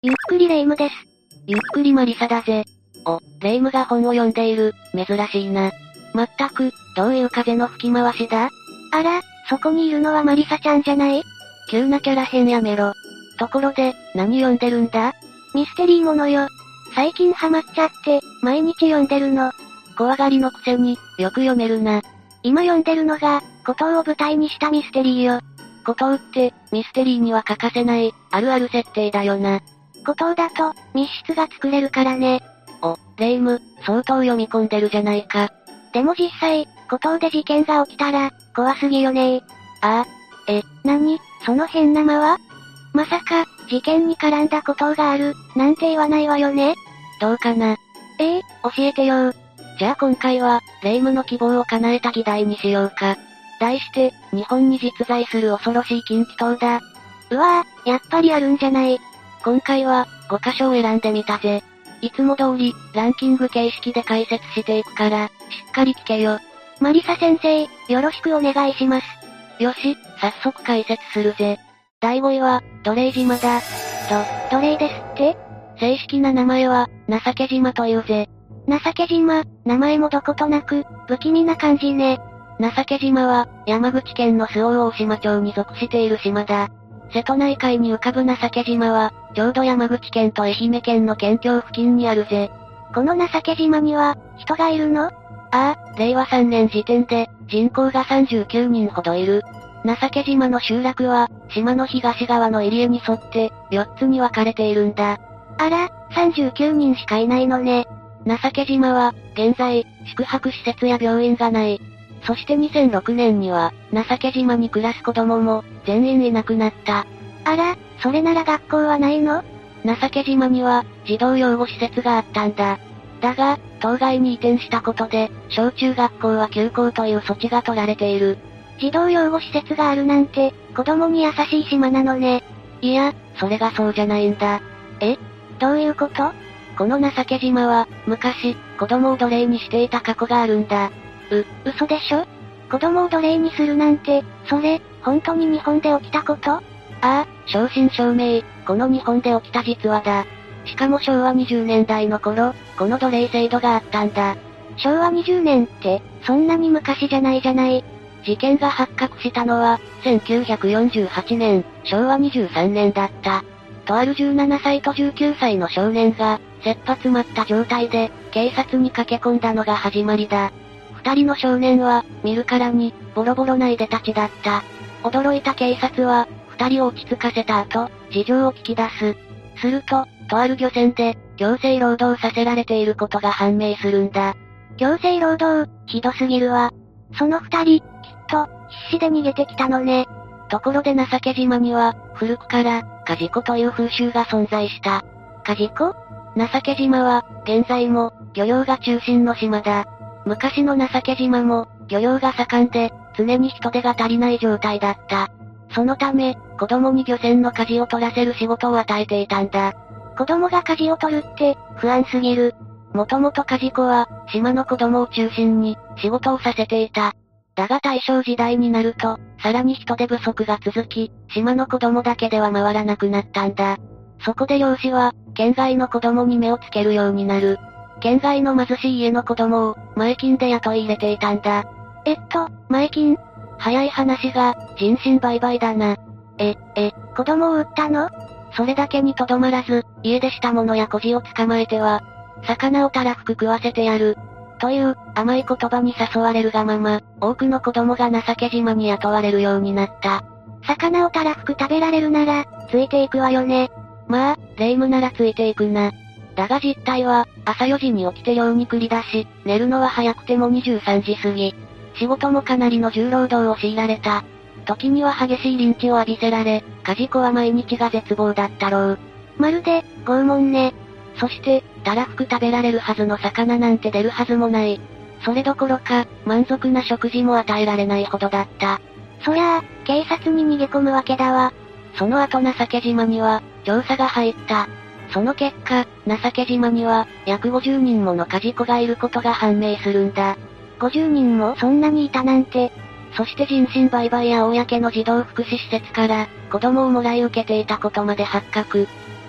ゆっくりレ夢ムです。 ゆっくりマリサだぜ。レ夢ムが本を読んでいる、珍しいな。まったく、どういう風の吹き回しだ？ あら、そこにいるのはマリサちゃんじゃない？ 急なキャラ変やめろ。ところで、何読んでるんだ？ ミステリーものよ。最近ハマっちゃって、毎日読んでるの。 怖がりのくせに、よく読めるな。 今読んでるのが、孤島を舞台にしたミステリーよ。 孤島って、ミステリーには欠かせない、あるある設定だよな。 孤島だと、密室が作れるからね。 レ夢ム、相当読み込んでるじゃないか。 でも実際、孤島で事件が起きたら、怖すぎよね。 ああ。 何、その変な間は？まさか、事件に絡んだ孤島がある、なんて言わないわよね。 どうかな。 教えてよ。 じゃあ今回は、レ夢ムの希望を叶えた議題にしようか。題して、日本に実在する恐ろしい禁忌島だ。 うわぁ、やっぱりあるんじゃない。 今回は、5箇所を選んでみたぜ。いつも通り、ランキング形式で解説していくから、しっかり聞けよ。 マリサ先生、よろしくお願いします。 よし、早速解説するぜ。第5位は、奴隷島だ。 奴隷ですって？ 正式な名前は、情け島というぜ。 情け島、名前もどことなく、不気味な感じね。 情け島は、山口県の周防大島町に属している島だ。瀬戸内海に浮かぶ情け島は、ちょうど山口県と愛媛県の県境付近にあるぜ。 この情け島には、人がいるの？ 令和3年時点で、人口が39人ほどいる。情け島の集落は、島の東側の入り江に沿って、4つに分かれているんだ。 あら、39人しかいないのね。 情け島は、現在、宿泊施設や病院がない。そして2006年には、情け島に暮らす子供も、全員いなくなった。 あら、それなら学校はないの？ 情け島には、児童養護施設があったんだ。だが、島外に移転したことで、小中学校は休校という措置が取られている。 児童養護施設があるなんて、子供に優しい島なのね。 いや、それがそうじゃないんだ。 どういうこと？ この情け島は、昔、子供を奴隷にしていた過去があるんだ。 嘘でしょ？子供を奴隷にするなんて、それ、本当に日本で起きたこと？ 正真正銘、この日本で起きた実話だ。しかも昭和20年代の頃、この奴隷制度があったんだ。 昭和20年って、そんなに昔じゃないじゃない。 事件が発覚したのは、1948年、昭和23年だった。とある17歳と19歳の少年が、切羽詰まった状態で、警察に駆け込んだのが始まりだ。二人の少年は、見るからに、ボロボロないでたちだった。驚いた警察は、二人を落ち着かせた後、事情を聞き出す。すると、とある漁船で、強制労働させられていることが判明するんだ。 強制労働、ひどすぎるわ。その二人、きっと、必死で逃げてきたのね。 ところで情け島には、古くから、カジコという風習が存在した。 カジコ？ 情け島は、現在も、漁業が中心の島だ。昔の情け島も、漁業が盛んで、常に人手が足りない状態だった。そのため、子供に漁船の舵を取らせる仕事を与えていたんだ。 子供が舵を取るって、不安すぎる。 もともと舵子は、島の子供を中心に、仕事をさせていた。だが大正時代になると、さらに人手不足が続き、島の子供だけでは回らなくなったんだ。そこで漁師は、県外の子供に目をつけるようになる。県外の貧しい家の子供を、前金で雇い入れていたんだ。 前金？ 早い話が、人身売買だな。 子供を売ったの？ それだけにとどまらず、家出したものや孤児を捕まえては、魚をたらふく食わせてやる。という、甘い言葉に誘われるがまま、多くの子供が情け島に雇われるようになった。 魚をたらふく食べられるなら、ついていくわよね。 まあ、霊夢ならついていくな。だが実態は、朝4時に起きて漁に繰り出し、寝るのは早くても23時過ぎ。仕事もかなりの重労働を強いられた。時には激しいリンチを浴びせられ、舵子は毎日が絶望だったろう。 まるで、拷問ね。 そして、たらふく食べられるはずの魚なんて出るはずもない。それどころか、満足な食事も与えられないほどだった。 そりゃあ、警察に逃げ込むわけだわ。 その後情け島には、調査が入った。その結果、情け島には、約50人もの舵子がいることが判明するんだ。 50人もそんなにいたなんて。 そして人身売買や公の児童福祉施設から、子供をもらい受けていたことまで発覚。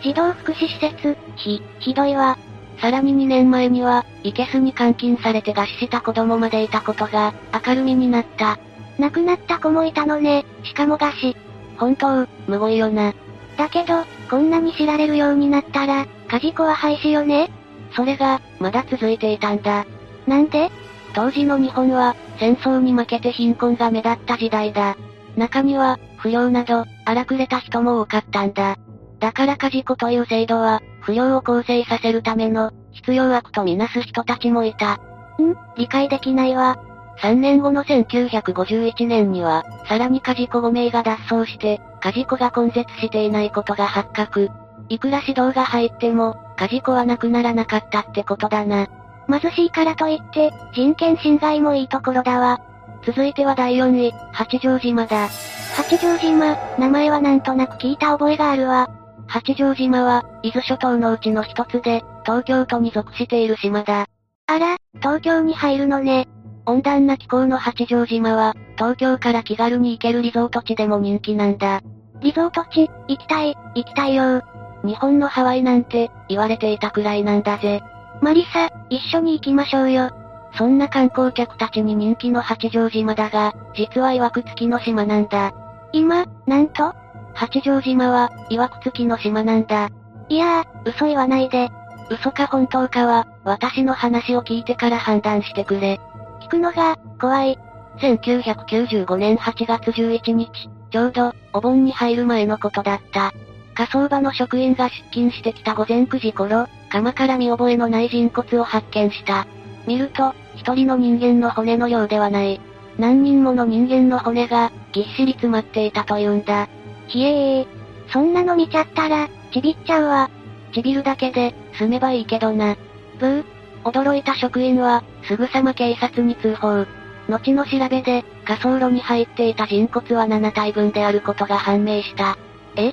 児童福祉施設、ひどいわ。 さらに2年前には、イケスに監禁されて餓死した子供までいたことが、明るみになった。 亡くなった子もいたのね、しかも餓死。 本当、むごいよな。 だけど、こんなに知られるようになったら、カジコは廃止よね？ それが、まだ続いていたんだ。 なんで？ 当時の日本は、戦争に負けて貧困が目立った時代だ。中には、不良など、荒くれた人も多かったんだ。だからカジコという制度は、不良を更生させるための、必要悪とみなす人たちもいた。 理解できないわ。 3年後の1951年には、さらにカジコ5名が脱走して、カジコが根絶していないことが発覚。いくら指導が入っても、カジコはなくならなかったってことだな。 貧しいからといって、人権侵害もいいところだわ。 続いては第4位、八丈島だ。 八丈島、名前はなんとなく聞いた覚えがあるわ。 八丈島は、伊豆諸島のうちの一つで、東京都に属している島だ。 あら、東京に入るのね。 温暖な気候の八丈島は、東京から気軽に行けるリゾート地でも人気なんだ。 リゾート地、行きたいよ。 日本のハワイなんて、言われていたくらいなんだぜ。 マリサ、一緒に行きましょうよ。 そんな観光客たちに人気の八丈島だが、実は曰く付きの島なんだ。 今、なんと？ 八丈島は、曰く付きの島なんだ。 いやー、嘘言わないで。 嘘か本当かは、私の話を聞いてから判断してくれ。 聞くのが、怖い。 1995年8月11日、ちょうど、お盆に入る前のことだった。火葬場の職員が出勤してきた午前9時頃、窯から見覚えのない人骨を発見した。見ると、一人の人間の骨のようではない。何人もの人間の骨が、ぎっしり詰まっていたというんだ。 ひえー。そんなの見ちゃったら、ちびっちゃうわ。 ちびるだけで、済めばいいけどな。 ブー。 驚いた職員は、すぐさま警察に通報。後の調べで、火葬炉に入っていた人骨は7体分であることが判明した。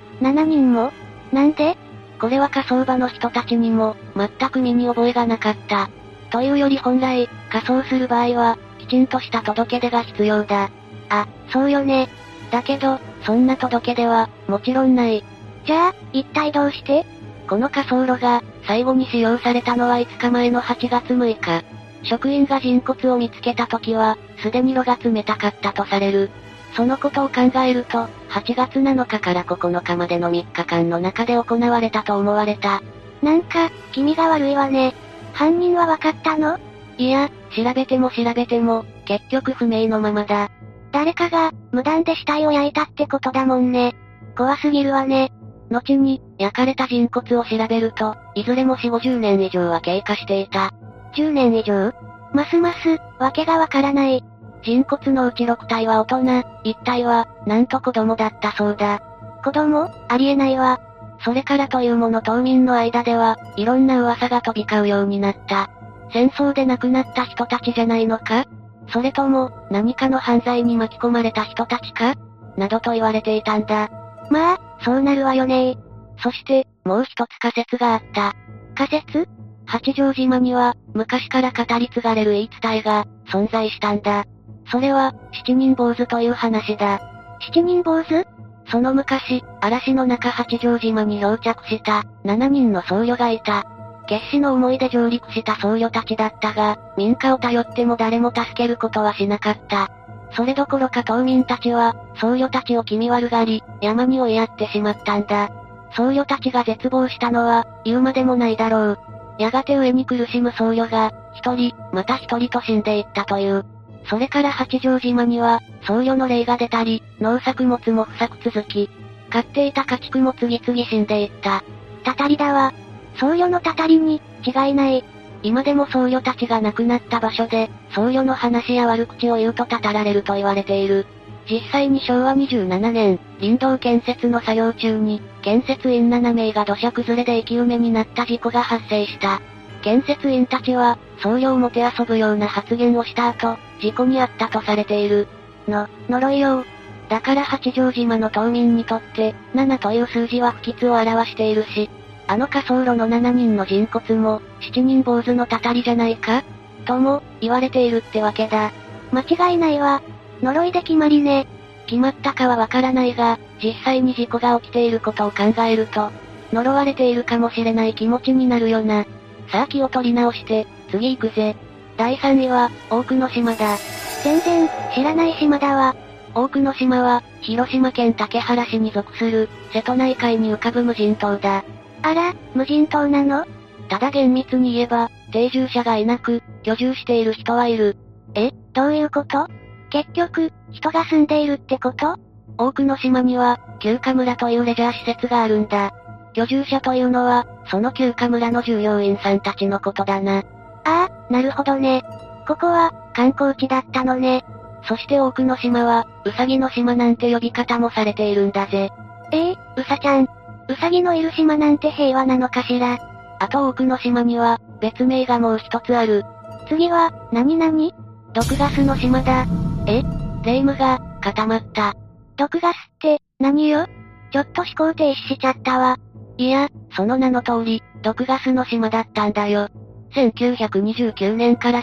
7人も？なんで？ これは火葬場の人たちにも、全く身に覚えがなかった。というより本来、火葬する場合は、きちんとした届け出が必要だ。 あ、そうよね。 だけど、そんな届け出は、もちろんない。 じゃあ、一体どうして？ この火葬炉が、最後に使用されたのは5日前の8月6日。職員が人骨を見つけた時は、すでに炉が冷たかったとされる。そのことを考えると、8月7日から9日までの3日間の中で行われたと思われた。 なんか、気味が悪いわね。犯人は分かったの？ いや、調べても、結局不明のままだ。 誰かが、無断で死体を焼いたってことだもんね。怖すぎるわね。 後に、焼かれた人骨を調べると、いずれも4、50年以上は経過していた。 10年以上？ますます、わけがわからない。 人骨のうち6体は大人、1体は、なんと子供だったそうだ。 子供？ありえないわ。 それからというもの島民の間では、いろんな噂が飛び交うようになった。戦争で亡くなった人たちじゃないのか？それとも、何かの犯罪に巻き込まれた人たちか？などと言われていたんだ。 まあ、そうなるわよね。 そして、もう一つ仮説があった。 仮説？ 八丈島には、昔から語り継がれる言い伝えが、存在したんだ。それは、七人坊主という話だ。 七人坊主？ その昔、嵐の中八丈島に漂着した、7人の僧侶がいた。決死の思いで上陸した僧侶たちだったが、民家を頼っても誰も助けることはしなかった。それどころか島民たちは、僧侶たちを気味悪がり、山に追いやってしまったんだ。僧侶たちが絶望したのは、言うまでもないだろう。やがて上に苦しむ僧侶が、一人、また一人と死んでいったという。それから八丈島には、僧侶の霊が出たり、農作物も不作続き、飼っていた家畜も次々死んでいった。 たたりだわ。僧侶のたたりに、違いない。 今でも僧侶たちが亡くなった場所で、僧侶の話や悪口を言うとたたられると言われている。実際に昭和27年、林道建設の作業中に、建設員7名が土砂崩れで生き埋めになった事故が発生した。建設員たちは、僧侶をもてあそぶような発言をした後、事故に遭ったとされている。 呪いよ。 だから八丈島の島民にとって、7という数字は不吉を表しているし、あの火葬炉の7人の人骨も、7人坊主のたたりじゃないかとも、言われているってわけだ。 間違いないわ。呪いで決まりね。 決まったかはわからないが、実際に事故が起きていることを考えると、 呪われているかもしれない気持ちになるよな。さあ気を取り直して、次行くぜ。第3位は、大久野島だ。 全然、知らない島だわ。 大久野島は、広島県竹原市に属する、瀬戸内海に浮かぶ無人島だ。 あら、無人島なの？ ただ厳密に言えば、定住者がいなく、居住している人はいる。 どういうこと？結局、人が住んでいるってこと？ 大久野島には、休暇村というレジャー施設があるんだ。居住者というのは、その休暇村の従業員さんたちのことだな。 ああ、なるほどね。ここは、観光地だったのね。 そして大久野島は、うさぎの島なんて呼び方もされているんだぜ。 うさちゃん。うさぎのいる島なんて平和なのかしら。 あと大久野島には、別名がもう一つある。 次は、何々？ 毒ガスの島だ。霊夢が、固まった。 毒ガスって、何よ？ちょっと思考停止しちゃったわ。 いや、その名の通り、毒ガスの島だったんだよ。1929年から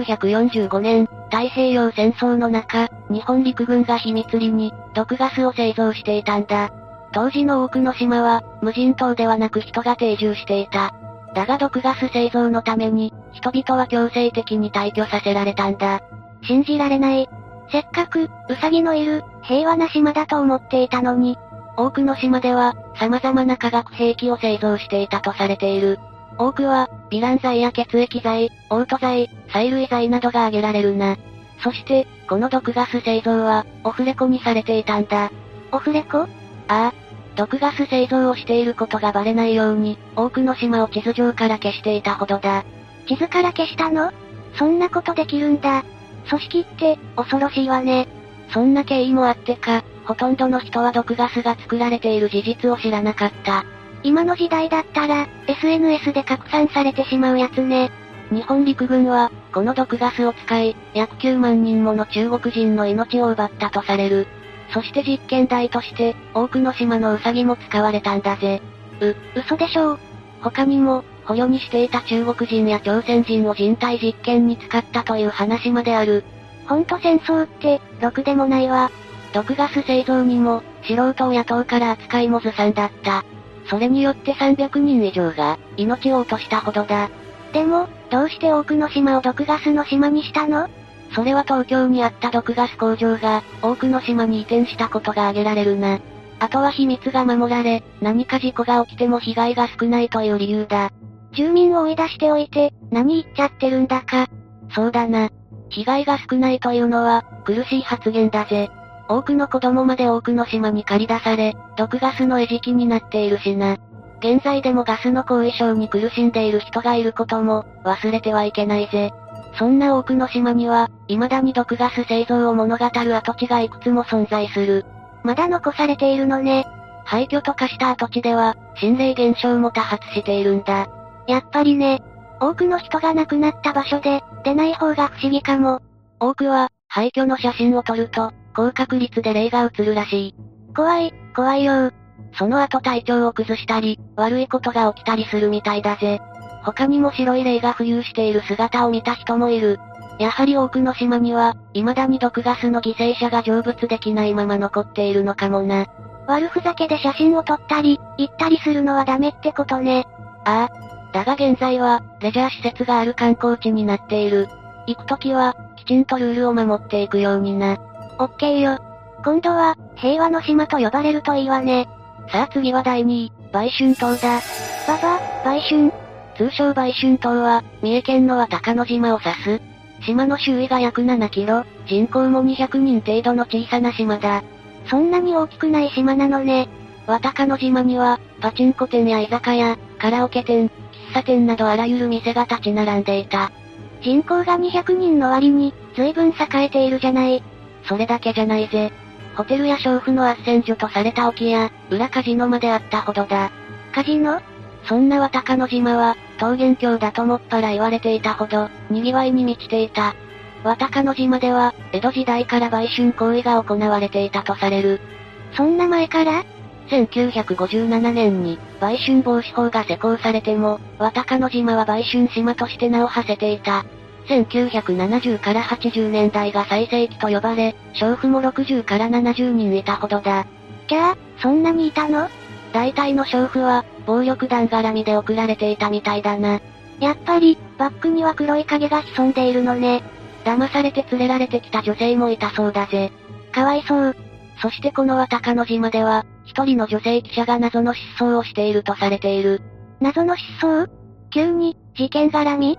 1945年、太平洋戦争の中、日本陸軍が秘密裏に、毒ガスを製造していたんだ。当時の大久野島は、無人島ではなく人が定住していた。だが毒ガス製造のために、人々は強制的に退去させられたんだ。 信じられない。せっかく、ウサギのいる、平和な島だと思っていたのに。 大久野島では、様々な化学兵器を製造していたとされている。多くは、ヴィラン剤や血液剤、嘔吐剤、催涙剤などが挙げられるな。そして、この毒ガス製造は、オフレコにされていたんだ。 オフレコ？ ああ。毒ガス製造をしていることがバレないように、大久野島を地図上から消していたほどだ。 地図から消したの？そんなことできるんだ。組織って、恐ろしいわね。 そんな経緯もあってか、ほとんどの人は毒ガスが作られている事実を知らなかった。 今の時代だったら、SNS で拡散されてしまうやつね。 日本陸軍は、この毒ガスを使い、約9万人もの中国人の命を奪ったとされる。そして実験台として、大久野島のウサギも使われたんだぜ。 嘘でしょう。 他にも、捕虜にしていた中国人や朝鮮人を人体実験に使ったという話まである。 ほんと戦争って、ろくでもないわ。 毒ガス製造にも、素人を雇うから扱いもずさんだった。それによって300人以上が、命を落としたほどだ。 でも、どうして大久野島を毒ガスの島にしたの？ それは東京にあった毒ガス工場が、大久野島に移転したことが挙げられるな。あとは秘密が守られ、何か事故が起きても被害が少ないという理由だ。 住民を追い出しておいて、何言っちゃってるんだか。 そうだな。被害が少ないというのは、苦しい発言だぜ。多くの子供まで大久野島に駆り出され、毒ガスの餌食になっているしな。現在でもガスの後遺症に苦しんでいる人がいることも、忘れてはいけないぜ。そんな大久野島には、未だに毒ガス製造を物語る跡地がいくつも存在する。 まだ残されているのね。 廃墟と化した跡地では、心霊現象も多発しているんだ。 やっぱりね。多くの人が亡くなった場所で、出ない方が不思議かも。 多くは、廃墟の写真を撮ると、高確率で霊が映るらしい。 怖いよ。 その後体調を崩したり、悪いことが起きたりするみたいだぜ。他にも白い霊が浮遊している姿を見た人もいる。やはり大久野島には、未だに毒ガスの犠牲者が成仏できないまま残っているのかもな。 悪ふざけで写真を撮ったり、行ったりするのはダメってことね。 ああ。だが現在は、レジャー施設がある観光地になっている。行くときは、きちんとルールを守っていくようにな。 オッケーよ。今度は、平和の島と呼ばれるといいわね。 さあ次は第2位、売春島だ。 売春。 通称売春島は、三重県の渡鹿野島を指す。島の周囲が約7キロ、人口も200人程度の小さな島だ。 そんなに大きくない島なのね。 渡鹿野島には、パチンコ店や居酒屋、カラオケ店、喫茶店などあらゆる店が立ち並んでいた。 人口が200人の割に、随分栄えているじゃない。 それだけじゃないぜ。ホテルや娼婦の斡旋所とされた沖や、裏カジノまであったほどだ。 カジノ？ そんな渡鹿野島は、桃源郷だともっぱら言われていたほど、賑わいに満ちていた。渡鹿野島では、江戸時代から売春行為が行われていたとされる。 そんな前から？ 1957年に、売春防止法が施行されても、渡鹿野島は売春島として名を馳せていた。1970から80年代が最盛期と呼ばれ、娼婦も60から70人いたほどだ。 キャー、そんなにいたの？ 大体の娼婦は、 暴力団絡みで送られていたみたいだな。 やっぱり、バックには黒い影が潜んでいるのね。 騙されて連れられてきた女性もいたそうだぜ。 かわいそう。 そしてこの渡鹿野島では、一人の女性記者が謎の失踪をしているとされている。 謎の失踪？急に、事件絡み？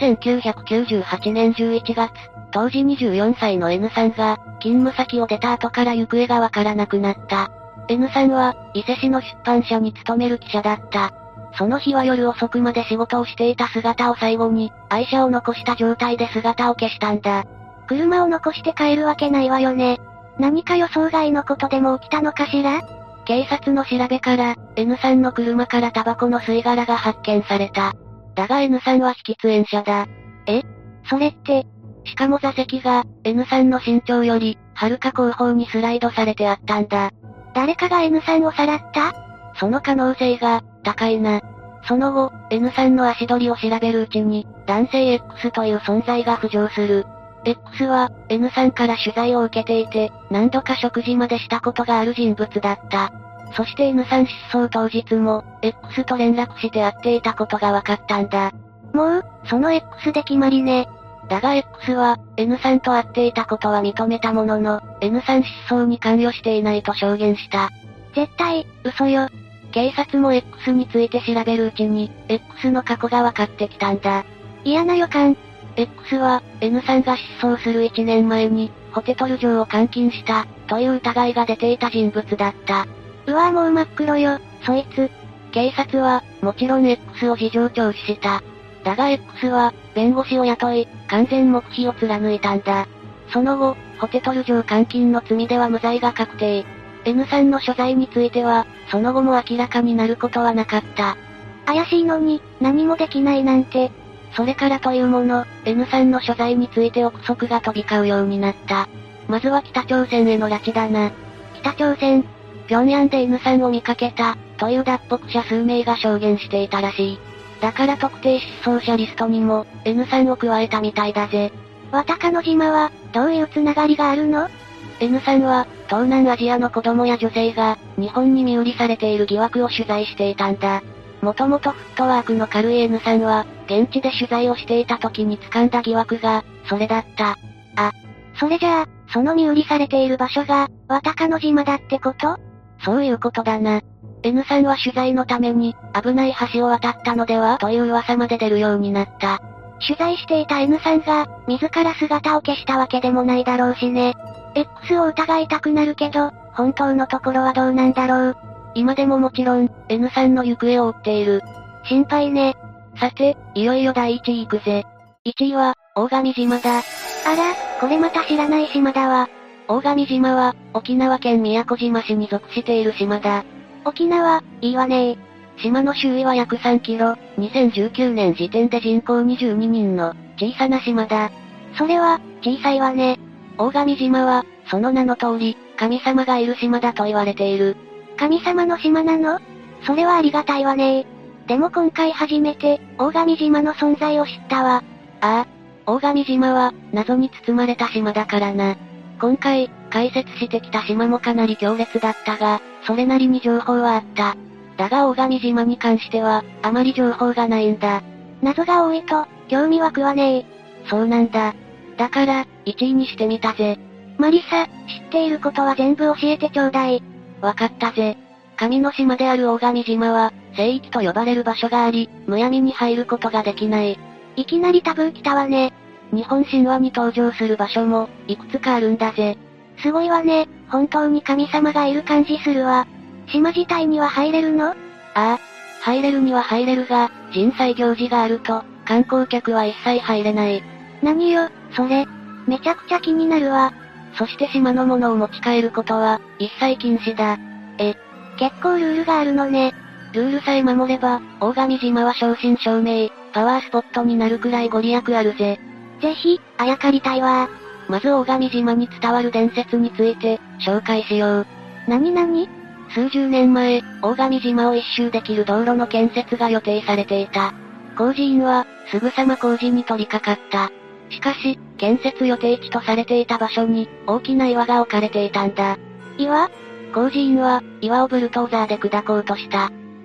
1998年11月、当時24歳の N さんが、勤務先を出た後から行方がわからなくなった。N さんは、伊勢市の出版社に勤める記者だった。その日は夜遅くまで仕事をしていた姿を最後に、愛車を残した状態で姿を消したんだ。 車を残して帰るわけないわよね。何か予想外のことでも起きたのかしら？ 警察の調べから、N さんの車からタバコの吸い殻が発見された。だが N さんは引き喫煙者だ。 それって、 しかも座席が、N さんの身長より、はるか後方にスライドされてあったんだ。 誰かが N さんをさらった？ その可能性が、高いな。その後、N さんの足取りを調べるうちに、男性 X という存在が浮上する。X は、N さんから取材を受けていて、何度か食事までしたことがある人物だった。そして N さん失踪当日も、X と連絡して会っていたことが分かったんだ。 もう、その X で決まりね。 だが X は、N さんと会っていたことは認めたものの、N さん失踪に関与していないと証言した。 絶対、嘘よ。 警察も X について調べるうちに、X の過去が分かってきたんだ。 嫌な予感。 X は、N さんが失踪する1年前に、ホテトル城を監禁した、という疑いが出ていた人物だった。 うわぁもう真っ黒よ、そいつ。 警察は、もちろん X を事情聴取した。だが X は、弁護士を雇い、完全黙秘を貫いたんだ。その後、ホテトル城監禁の罪では無罪が確定。N さんの所在については、その後も明らかになることはなかった。 怪しいのに、何もできないなんて。 それからというもの、N さんの所在について憶測が飛び交うようになった。まずは北朝鮮への拉致だな。 北朝鮮。 平壌で N さんを見かけた、という脱北者数名が証言していたらしい。だから特定失踪者リストにも、N さんを加えたみたいだぜ。 渡鹿野島は、どういうつながりがあるの？ N さんは、東南アジアの子供や女性が、日本に身売りされている疑惑を取材していたんだ。もともとフットワークの軽い N さんは、現地で取材をしていた時に掴んだ疑惑が、それだった。 それじゃあ、その身売りされている場所が、渡鹿野島だってこと？ そういうことだな。N さんは取材のために、危ない橋を渡ったのではという噂まで出るようになった。 取材していた N さんが、自ら姿を消したわけでもないだろうしね。X を疑いたくなるけど、本当のところはどうなんだろう。 今でももちろん、N さんの行方を追っている。 心配ね。 さて、いよいよ第1位行くぜ。1位は、大神島だ。 あら、これまた知らない島だわ。 大神島は、沖縄県宮古島市に属している島だ。 沖縄、いいわね。 島の周囲は約3キロ、2019年時点で人口22人の、小さな島だ。 それは、小さいわね。 大神島は、その名の通り、神様がいる島だと言われている。 神様の島なの？それはありがたいわね。でも今回初めて、大神島の存在を知ったわ。 ああ、大神島は、謎に包まれた島だからな。今回、解説してきた島もかなり強烈だったが、それなりに情報はあった。だが大神島に関しては、あまり情報がないんだ。 謎が多いと、興味湧くわね。 そうなんだ。だから、1位にしてみたぜ。 マリサ、知っていることは全部教えてちょうだい。 わかったぜ。神の島である大神島は、聖域と呼ばれる場所があり、むやみに入ることができない。 いきなりタブー来たわね。 日本神話に登場する場所も、いくつかあるんだぜ。 すごいわね。本当に神様がいる感じするわ。島自体には入れるの？ ああ、入れるには入れるが、人災行事があると、観光客は一切入れない。 何よ、それ。めちゃくちゃ気になるわ。 そして島のものを持ち帰ることは、一切禁止だ。 結構ルールがあるのね。 ルールさえ守れば、大神島は正真正銘、パワースポットになるくらいご利益あるぜ。 ぜひ、あやかりたいわ。 まず大神島に伝わる伝説について、紹介しよう。 なに？ 数十年前、大神島を一周できる道路の建設が予定されていた。工事員は、すぐさま工事に取り掛かった。しかし、建設予定地とされていた場所に、大きな岩が置かれていたんだ。 岩？ 工事員は、岩をブルトーザーで砕こうとした。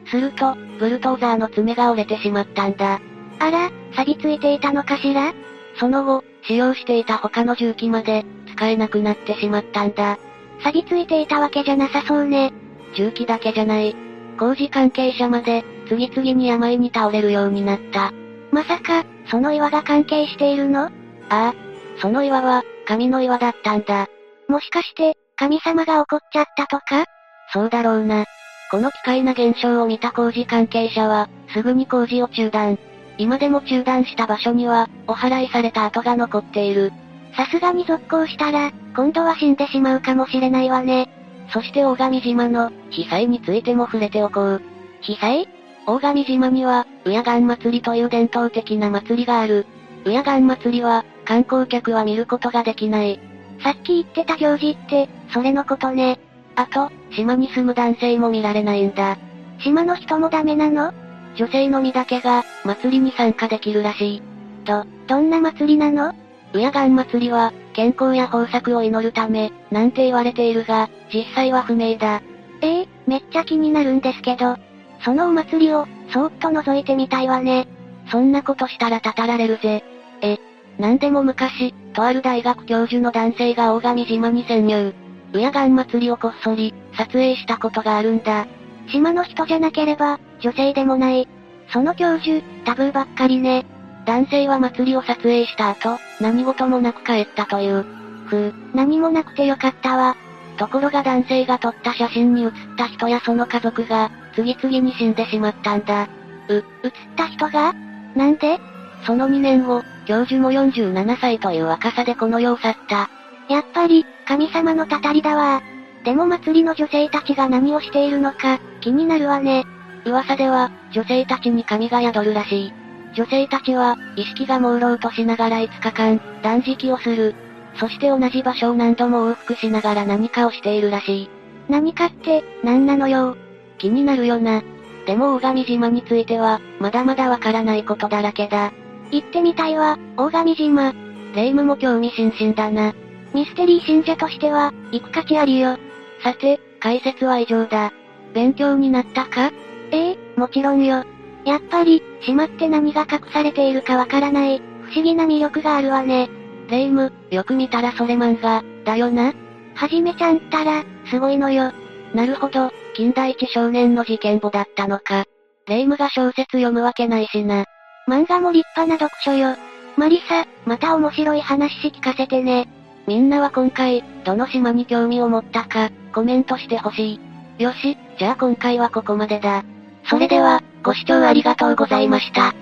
すると、ブルドーザーの爪が折れてしまったんだ。 あら、錆びついていたのかしら？ その後、使用していた他の重機まで、使えなくなってしまったんだ。 錆びついていたわけじゃなさそうね。 重機だけじゃない。工事関係者まで、次々に病に倒れるようになった。 まさか、その岩が関係しているの？ ああ。その岩は、神の岩だったんだ。 もしかして、神様が怒っちゃったとか？ そうだろうな。この奇怪な現象を見た工事関係者は、すぐに工事を中断。今でも中断した場所には、お祓いされた跡が残っている。 さすがに続行したら、今度は死んでしまうかもしれないわね。 そして大神島の、被災についても触れておこう。 被災？ 大神島には、ウヤガン祭りという伝統的な祭りがある。ウヤガン祭りは、観光客は見ることができない。 さっき言ってた行事って、それのことね。 あと、島に住む男性も見られないんだ。 島の人もダメなの？ 女性のみだけが、祭りに参加できるらしい。 どんな祭りなの？ ウヤガン祭りは、健康や豊作を祈るため、なんて言われているが、実際は不明だ。 めっちゃ気になるんですけど、そのお祭りを、そーっと覗いてみたいわね。 そんなことしたらたたられるぜ。なんでも昔、とある大学教授の男性が大神島に潜入。ウヤガン祭りをこっそり、撮影したことがあるんだ。 島の人じゃなければ、女性でもない。その教授、タブーばっかりね。 男性は祭りを撮影した後、何事もなく帰ったという。 何もなくてよかったわ。 ところが男性が撮った写真に写った人やその家族が、次々に死んでしまったんだ。 写った人が？なんで？ その2年後、教授も47歳という若さでこの世を去った。 やっぱり、神様のたたりだわ。でも祭りの女性たちが何をしているのか、気になるわね。 噂では、女性たちに神が宿るらしい。女性たちは、意識が朦朧としながら5日間、断食をする。そして同じ場所を何度も往復しながら何かをしているらしい。 何かって、何なのよ。 気になるよな。でも大神島については、まだまだわからないことだらけだ。 行ってみたいわ、大神島。 霊夢も興味津々だな。 ミステリー信者としては、行く価値ありよ。 さて、解説は以上だ。勉強になったか？ もちろんよ。やっぱり、島って何が隠されているかわからない、不思議な魅力があるわね。 霊夢、よく見たらそれ漫画、だよな？ はじめちゃんったら、すごいのよ。 なるほど、金田一少年の事件簿だったのか。霊夢が小説読むわけないしな。 漫画も立派な読書よ。マリサ、また面白い話聞かせてね。 みんなは今回、どの島に興味を持ったか、コメントしてほしい。よし、じゃあ今回はここまでだ。それでは、ご視聴ありがとうございました。